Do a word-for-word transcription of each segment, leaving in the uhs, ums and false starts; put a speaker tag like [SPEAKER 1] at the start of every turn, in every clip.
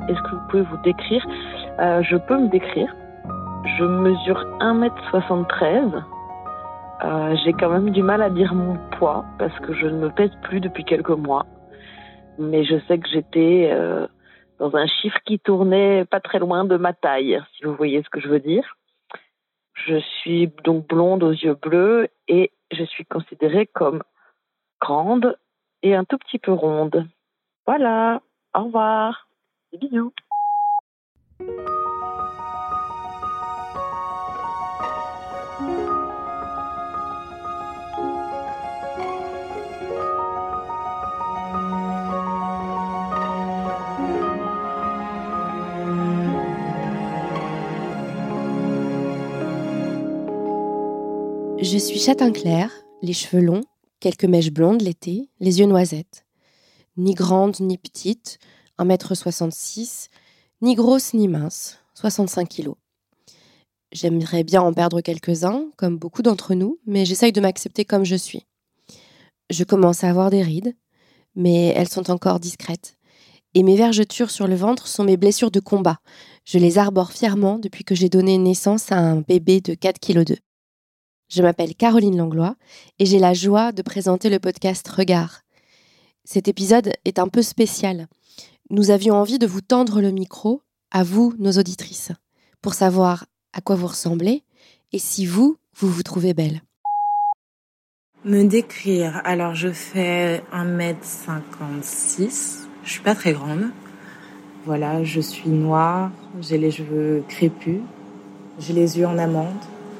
[SPEAKER 1] est-ce que vous pouvez vous décrire ? euh, Je peux me décrire. Je mesure un mètre soixante-treize. Euh, j'ai quand même du mal à dire mon poids parce que je ne me pèse plus depuis quelques mois. Mais je sais que j'étais euh, dans un chiffre qui tournait pas très loin de ma taille, si vous voyez ce que je veux dire. Je suis donc blonde aux yeux bleus et je suis considérée comme grande et un tout petit peu ronde. Voilà, au revoir, des bisous.
[SPEAKER 2] Je suis châtain clair, les cheveux longs, quelques mèches blondes l'été, les yeux noisettes. Ni grande ni petite, un mètre soixante-six, ni grosse ni mince, soixante-cinq kilos. J'aimerais bien en perdre quelques-uns, comme beaucoup d'entre nous, mais j'essaye de m'accepter comme je suis. Je commence à avoir des rides, mais elles sont encore discrètes. Et mes vergetures sur le ventre sont mes blessures de combat. Je les arbore fièrement depuis que j'ai donné naissance à un bébé de quatre virgule deux kilos. Je m'appelle Caroline Langlois et j'ai la joie de présenter le podcast Regard. Cet épisode est un peu spécial. Nous avions envie de vous tendre le micro, à vous, nos auditrices, pour savoir à quoi vous ressemblez et si vous, vous vous trouvez belle.
[SPEAKER 3] Me décrire, alors je fais un mètre cinquante-six, je suis pas très grande. Voilà, je suis noire, j'ai les cheveux crépus, j'ai les yeux en amande,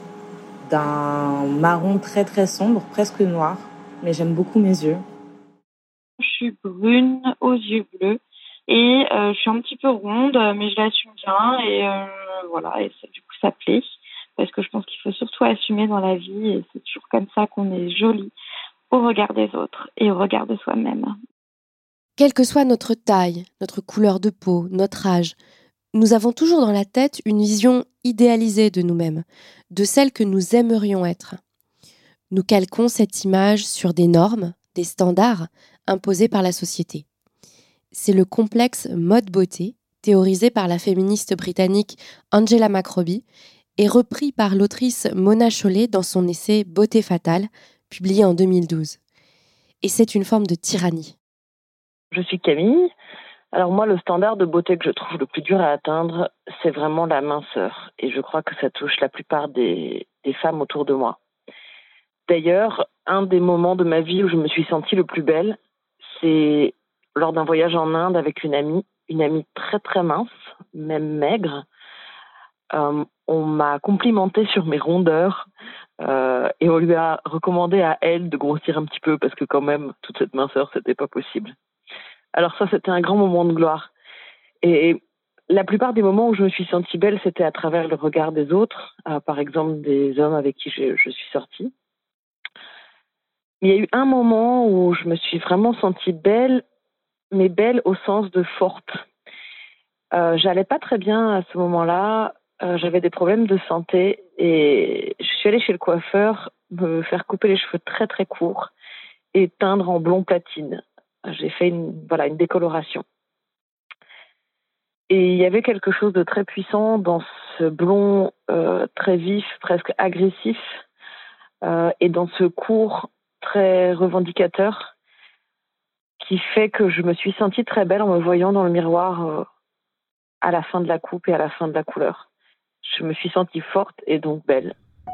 [SPEAKER 3] d'un marron très très sombre, presque noir, mais j'aime beaucoup mes yeux.
[SPEAKER 4] Je suis brune aux yeux bleus et euh, je suis un petit peu ronde, mais je l'assume bien et euh, voilà, et ça, du coup ça plaît parce que je pense qu'il faut surtout assumer dans la vie et c'est toujours comme ça qu'on est jolie au regard des autres et au regard de soi-même.
[SPEAKER 2] Quelle que soit notre taille, notre couleur de peau, notre âge, nous avons toujours dans la tête une vision idéalisée de nous-mêmes, de celle que nous aimerions être. Nous calquons cette image sur des normes, des standards imposés par la société. C'est le complexe mode beauté, théorisé par la féministe britannique Angela McRobbie et repris par l'autrice Mona Chollet dans son essai Beauté fatale, publié en deux mille douze. Et c'est une forme de tyrannie.
[SPEAKER 1] Je suis Camille. Alors moi, le standard de beauté que je trouve le plus dur à atteindre, c'est vraiment la minceur. Et je crois que ça touche la plupart des, des femmes autour de moi. D'ailleurs, un des moments de ma vie où je me suis sentie le plus belle, c'est lors d'un voyage en Inde avec une amie, une amie très très mince, même maigre. Euh, on m'a complimenté sur mes rondeurs euh, et on lui a recommandé à elle de grossir un petit peu parce que quand même, toute cette minceur, c'était pas possible. Alors ça, c'était un grand moment de gloire. Et la plupart des moments où je me suis sentie belle, c'était à travers le regard des autres, euh, par exemple des hommes avec qui je, je suis sortie. Il y a eu un moment où je me suis vraiment sentie belle, mais belle au sens de forte. Euh, j'allais pas très bien à ce moment-là, euh, j'avais des problèmes de santé et je suis allée chez le coiffeur me faire couper les cheveux très très courts et teindre en blond platine. J'ai fait une, voilà, une décoloration. Et il y avait quelque chose de très puissant dans ce blond euh, très vif, presque agressif, euh, et dans ce court très revendicateur, qui fait que je me suis sentie très belle en me voyant dans le miroir euh, à la fin de la coupe et à la fin de la couleur. Je me suis sentie forte et donc belle.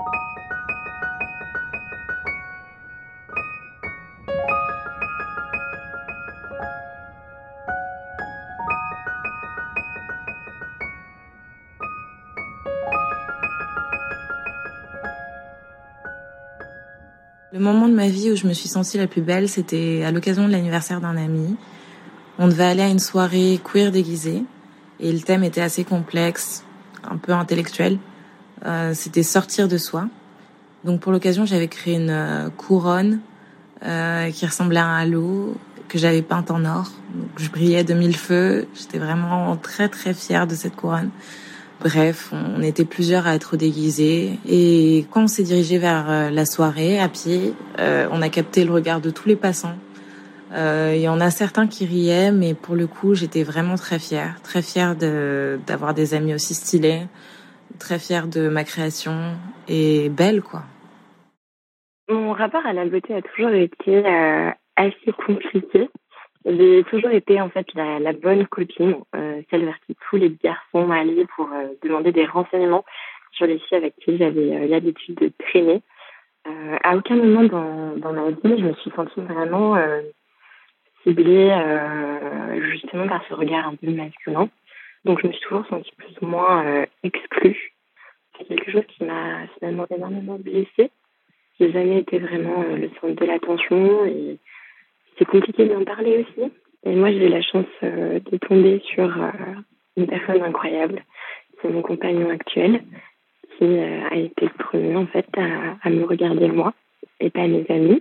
[SPEAKER 3] Le moment de ma vie où je me suis sentie la plus belle, c'était à l'occasion de l'anniversaire d'un ami. On devait aller à une soirée queer déguisée et le thème était assez complexe, un peu intellectuel. Euh, c'était sortir de soi. Donc pour l'occasion, j'avais créé une euh, couronne euh, qui ressemblait à un halo que j'avais peinte en or. Donc je brillais de mille feux. J'étais vraiment très très fière de cette couronne. Bref, on était plusieurs à être déguisés et quand on s'est dirigé vers la soirée à pied, euh, on a capté le regard de tous les passants Euh, il y en a certains qui riaient, mais pour le coup, j'étais vraiment très fière. Très fière de, d'avoir des amis aussi stylés. Très fière de ma création. Et belle, quoi.
[SPEAKER 5] Mon rapport à la beauté a toujours été euh, assez compliqué. J'ai toujours été en fait la, la bonne copine, euh, celle vers qui tous les garçons allaient pour euh, demander des renseignements sur les filles avec qui j'avais euh, l'habitude de traîner. Euh, à aucun moment dans, dans ma vie, je me suis sentie vraiment euh, ciblée euh, justement par ce regard un peu masculin. Donc je me suis toujours sentie plus ou moins euh, exclue. C'est quelque chose qui m'a finalement énormément blessée. J'ai jamais été vraiment euh, le centre de l'attention et c'est compliqué d'en parler aussi. Et moi, j'ai eu la chance euh, de tomber sur euh, une personne incroyable, c'est mon compagnon actuel, qui euh, a été le premier en fait à, à me regarder moi et pas mes amis.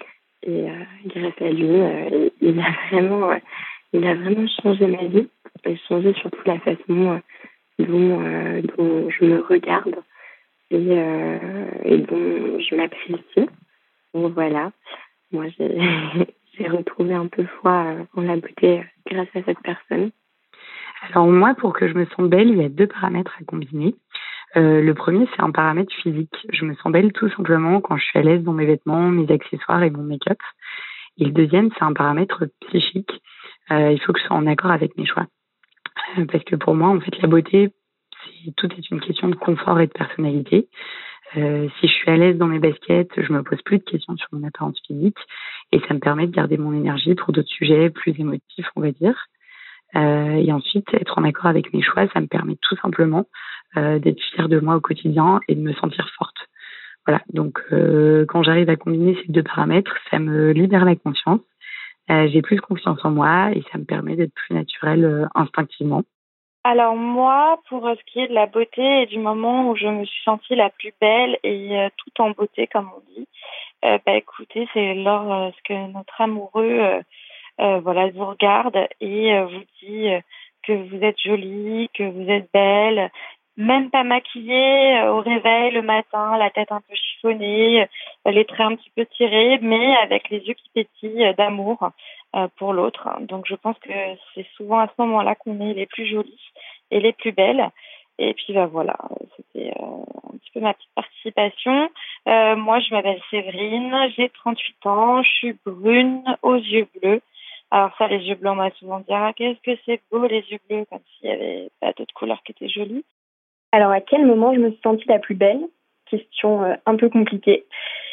[SPEAKER 5] Et euh, grâce à lui, euh, il a vraiment, euh, il a vraiment changé ma vie et changé surtout la façon euh, dont, euh, dont je me regarde et, euh, et dont je m'apprécie. Donc voilà, moi j'ai, j'ai retrouvé un peu foi euh, en la beauté euh, grâce à cette personne.
[SPEAKER 6] Alors moi, pour que je me sente belle, il y a deux paramètres à combiner. Euh, le premier, c'est un paramètre physique. Je me sens belle tout simplement quand je suis à l'aise dans mes vêtements, mes accessoires et mon make-up. Et le deuxième, c'est un paramètre psychique. Euh, il faut que je sois en accord avec mes choix. Euh, parce que pour moi, en fait, la beauté, c'est, tout est une question de confort et de personnalité. Euh, si je suis à l'aise dans mes baskets, je me pose plus de questions sur mon apparence physique et ça me permet de garder mon énergie pour d'autres sujets plus émotifs, on va dire. Euh, et ensuite, être en accord avec mes choix, ça me permet tout simplement euh, d'être fière de moi au quotidien et de me sentir forte. Voilà, donc euh, quand j'arrive à combiner ces deux paramètres, ça me libère la conscience, euh, j'ai plus confiance en moi et ça me permet d'être plus naturelle euh, instinctivement.
[SPEAKER 4] Alors moi, pour ce qui est de la beauté et du moment où je me suis sentie la plus belle et euh, tout en beauté, comme on dit, euh, bah écoutez, c'est lorsque notre amoureux euh, euh, voilà, vous regarde et euh, vous dit euh, que vous êtes jolie, que vous êtes belle, même pas maquillée, euh, au réveil le matin, la tête un peu chiffonnée, euh, les traits un petit peu tirés, mais avec les yeux qui pétillent euh, d'amour euh, pour l'autre. Donc je pense que c'est souvent à ce moment-là qu'on est les plus jolies et les plus belles. Et puis bah voilà, c'était euh, un petit peu ma petite participation. Euh, moi, je m'appelle Séverine, j'ai trente-huit ans, je suis brune aux yeux bleus. Alors ça, les yeux blancs, on m'a souvent dit « Ah, qu'est-ce que c'est beau les yeux bleus !» comme s'il y avait pas d'autres couleurs qui étaient jolies.
[SPEAKER 7] Alors à quel moment je me suis sentie la plus belle ? Question euh, un peu compliquée.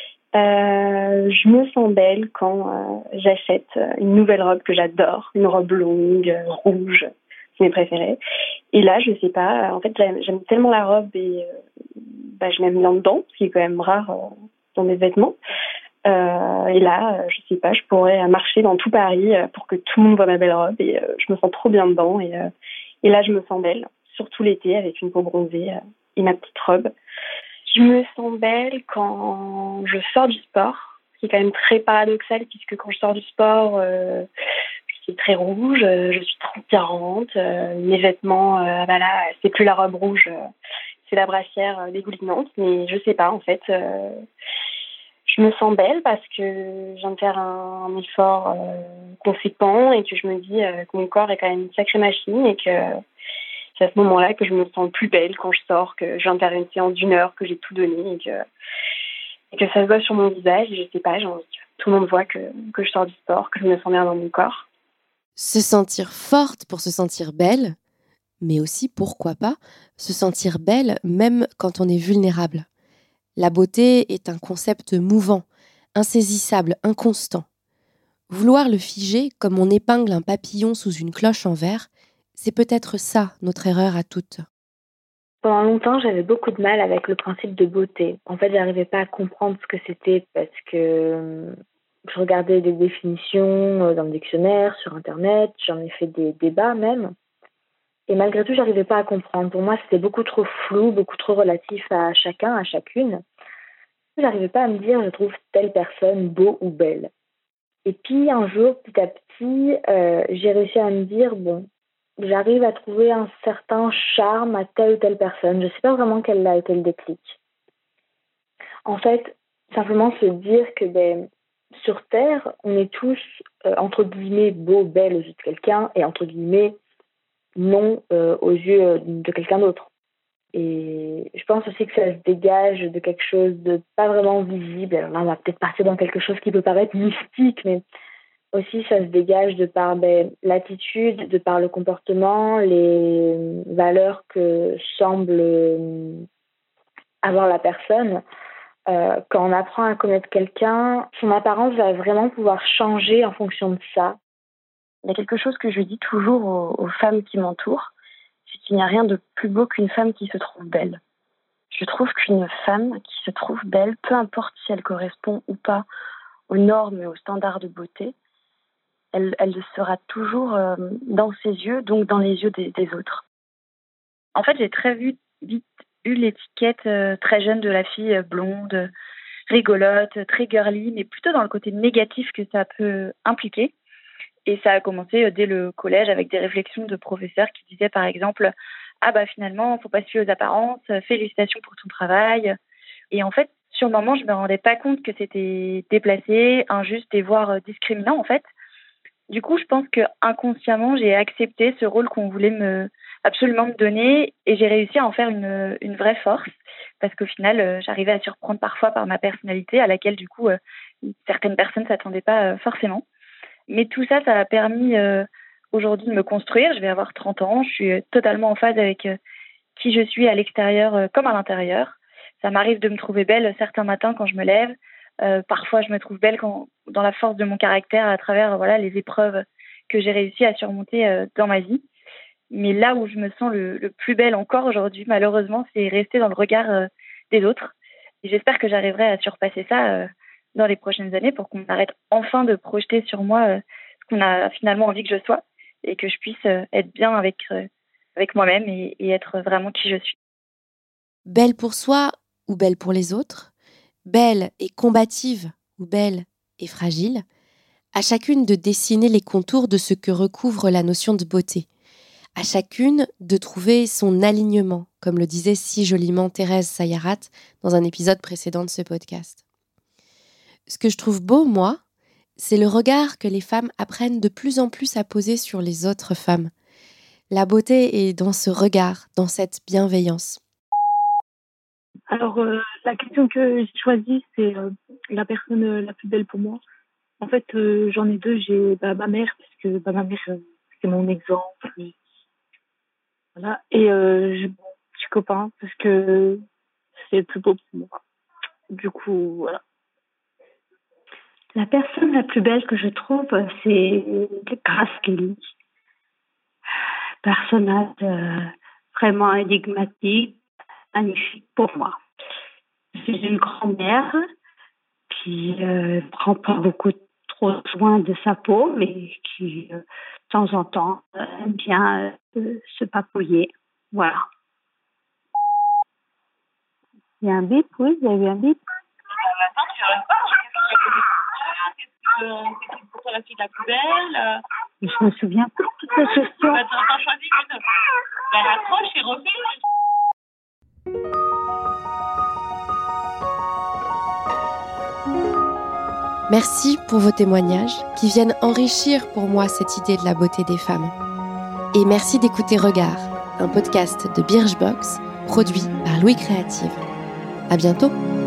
[SPEAKER 7] Euh, je me sens belle quand euh, j'achète une nouvelle robe que j'adore, une robe longue, euh, rouge, c'est mes préférées. Et là, je sais pas, en fait, j'aime, j'aime tellement la robe et euh, bah, je l'aime bien dedans, ce qui est quand même rare euh, dans mes vêtements. Euh, et là, euh, je sais pas, je pourrais marcher dans tout Paris euh, pour que tout le monde voit ma belle robe et euh, je me sens trop bien dedans. Et, euh, et là, je me sens belle, surtout l'été avec une peau bronzée euh, et ma petite robe. Je me sens belle quand je sors du sport, ce qui est quand même très paradoxal puisque quand je sors du sport, euh, je suis très rouge, euh, je suis transpirante, euh, mes vêtements, euh, bah là, c'est plus la robe rouge, euh, c'est la brassière euh, dégoulinante, mais je sais pas en fait. Euh, je me sens belle parce que je viens de faire un, un effort euh, conséquent et que je me dis euh, que mon corps est quand même une sacrée machine et que c'est à ce moment-là que je me sens le plus belle quand je sors, que je viens de faire une séance d'une heure, que j'ai tout donné et que, et que ça se voit sur mon visage. Et je sais pas, j'ai envie que tout le monde voit que, que je sors du sport, que je me sens bien dans mon corps.
[SPEAKER 2] Se sentir forte pour se sentir belle, mais aussi, pourquoi pas, se sentir belle même quand on est vulnérable. La beauté est un concept mouvant, insaisissable, inconstant. Vouloir le figer comme on épingle un papillon sous une cloche en verre, c'est peut-être ça notre erreur à toutes.
[SPEAKER 5] Pendant longtemps, j'avais beaucoup de mal avec le principe de beauté. En fait, j'arrivais pas à comprendre ce que c'était parce que je regardais des définitions dans le dictionnaire, sur Internet, j'en ai fait des débats même. Et malgré tout, j'arrivais pas à comprendre. Pour moi, c'était beaucoup trop flou, beaucoup trop relatif à chacun, à chacune. J'arrivais pas à me dire, je trouve telle personne beau ou belle. Et puis, un jour, petit à petit, euh, j'ai réussi à me dire, bon, j'arrive à trouver un certain charme à telle ou telle personne. Je sais pas vraiment quel a été le déclic. En fait, simplement se dire que ben, sur Terre, on est tous, euh, entre guillemets, beaux, belles aux yeux de quelqu'un et entre guillemets, non euh, aux yeux de quelqu'un d'autre. Et je pense aussi que ça se dégage de quelque chose de pas vraiment visible. Alors là, on va peut-être partir dans quelque chose qui peut paraître mystique, mais aussi ça se dégage de par ben, l'attitude, de par le comportement, les valeurs que semble avoir la personne. Euh, quand on apprend à connaître quelqu'un, son apparence va vraiment pouvoir changer en fonction de ça.
[SPEAKER 1] Il y a quelque chose que je dis toujours aux, aux femmes qui m'entourent, c'est qu'il n'y a rien de plus beau qu'une femme qui se trouve belle. Je trouve qu'une femme qui se trouve belle, peu importe si elle correspond ou pas aux normes et aux standards de beauté, elle, elle sera toujours euh, dans ses yeux, donc dans les yeux des, des autres.
[SPEAKER 8] En fait, j'ai très vite, vite eu l'étiquette euh, très jeune de la fille euh, blonde, rigolote, très girly, mais plutôt dans le côté négatif que ça peut impliquer. Et ça a commencé euh, dès le collège avec des réflexions de professeurs qui disaient par exemple « Ah bah finalement, faut pas se fier aux apparences, félicitations pour ton travail ». Et en fait, sur le moment, je me rendais pas compte que c'était déplacé, injuste et voire euh, discriminant en fait. Du coup, je pense que inconsciemment, j'ai accepté ce rôle qu'on voulait me absolument me donner et j'ai réussi à en faire une, une vraie force parce qu'au final, euh, j'arrivais à surprendre parfois par ma personnalité à laquelle, du coup, euh, certaines personnes ne s'attendaient pas euh, forcément. Mais tout ça, ça a permis euh, aujourd'hui de me construire. Je vais avoir trente ans, je suis totalement en phase avec euh, qui je suis à l'extérieur euh, comme à l'intérieur. Ça m'arrive de me trouver belle certains matins quand je me lève. Euh, parfois, je me trouve belle quand, dans la force de mon caractère à travers voilà, les épreuves que j'ai réussi à surmonter euh, dans ma vie. Mais là où je me sens le, le plus belle encore aujourd'hui, malheureusement, c'est rester dans le regard euh, des autres. Et j'espère que j'arriverai à surpasser ça euh, dans les prochaines années pour qu'on arrête enfin de projeter sur moi euh, ce qu'on a finalement envie que je sois et que je puisse euh, être bien avec, euh, avec moi-même et, et être vraiment qui je suis.
[SPEAKER 2] Belle pour soi ou belle pour les autres, belle et combative ou belle et fragile, à chacune de dessiner les contours de ce que recouvre la notion de beauté, à chacune de trouver son alignement, comme le disait si joliment Thérèse Sayarat dans un épisode précédent de ce podcast. Ce que je trouve beau, moi, c'est le regard que les femmes apprennent de plus en plus à poser sur les autres femmes. La beauté est dans ce regard, dans cette bienveillance.
[SPEAKER 9] Alors, euh, la question que j'ai choisie, c'est euh, la personne euh, la plus belle pour moi. En fait, euh, j'en ai deux. J'ai bah, ma mère, parce que bah, ma mère, euh, c'est mon exemple. Voilà. Et euh, j'ai mon petit copain, parce que c'est le plus beau pour moi. Du coup, voilà.
[SPEAKER 10] La personne la plus belle que je trouve, c'est Grace Kelly. Personnage euh, vraiment énigmatique, magnifique pour moi. C'est une grand-mère qui euh, prend pas beaucoup trop soin de sa peau, mais qui, euh, de temps en temps, euh, aime bien euh, se papouiller. Voilà. Il y a un bip, oui, il y a eu un bip.
[SPEAKER 4] Attends, tu ne pas. Qu'est-ce que c'est pour toi la fille la plus belle?
[SPEAKER 10] Je me souviens plus de toutes ces questions.
[SPEAKER 4] Bah, t'en choisis une. La raccroche et refais.
[SPEAKER 2] Merci pour vos témoignages qui viennent enrichir pour moi cette idée de la beauté des femmes. Et merci d'écouter Regard, un podcast de Birchbox produit par Louis Créative. À bientôt!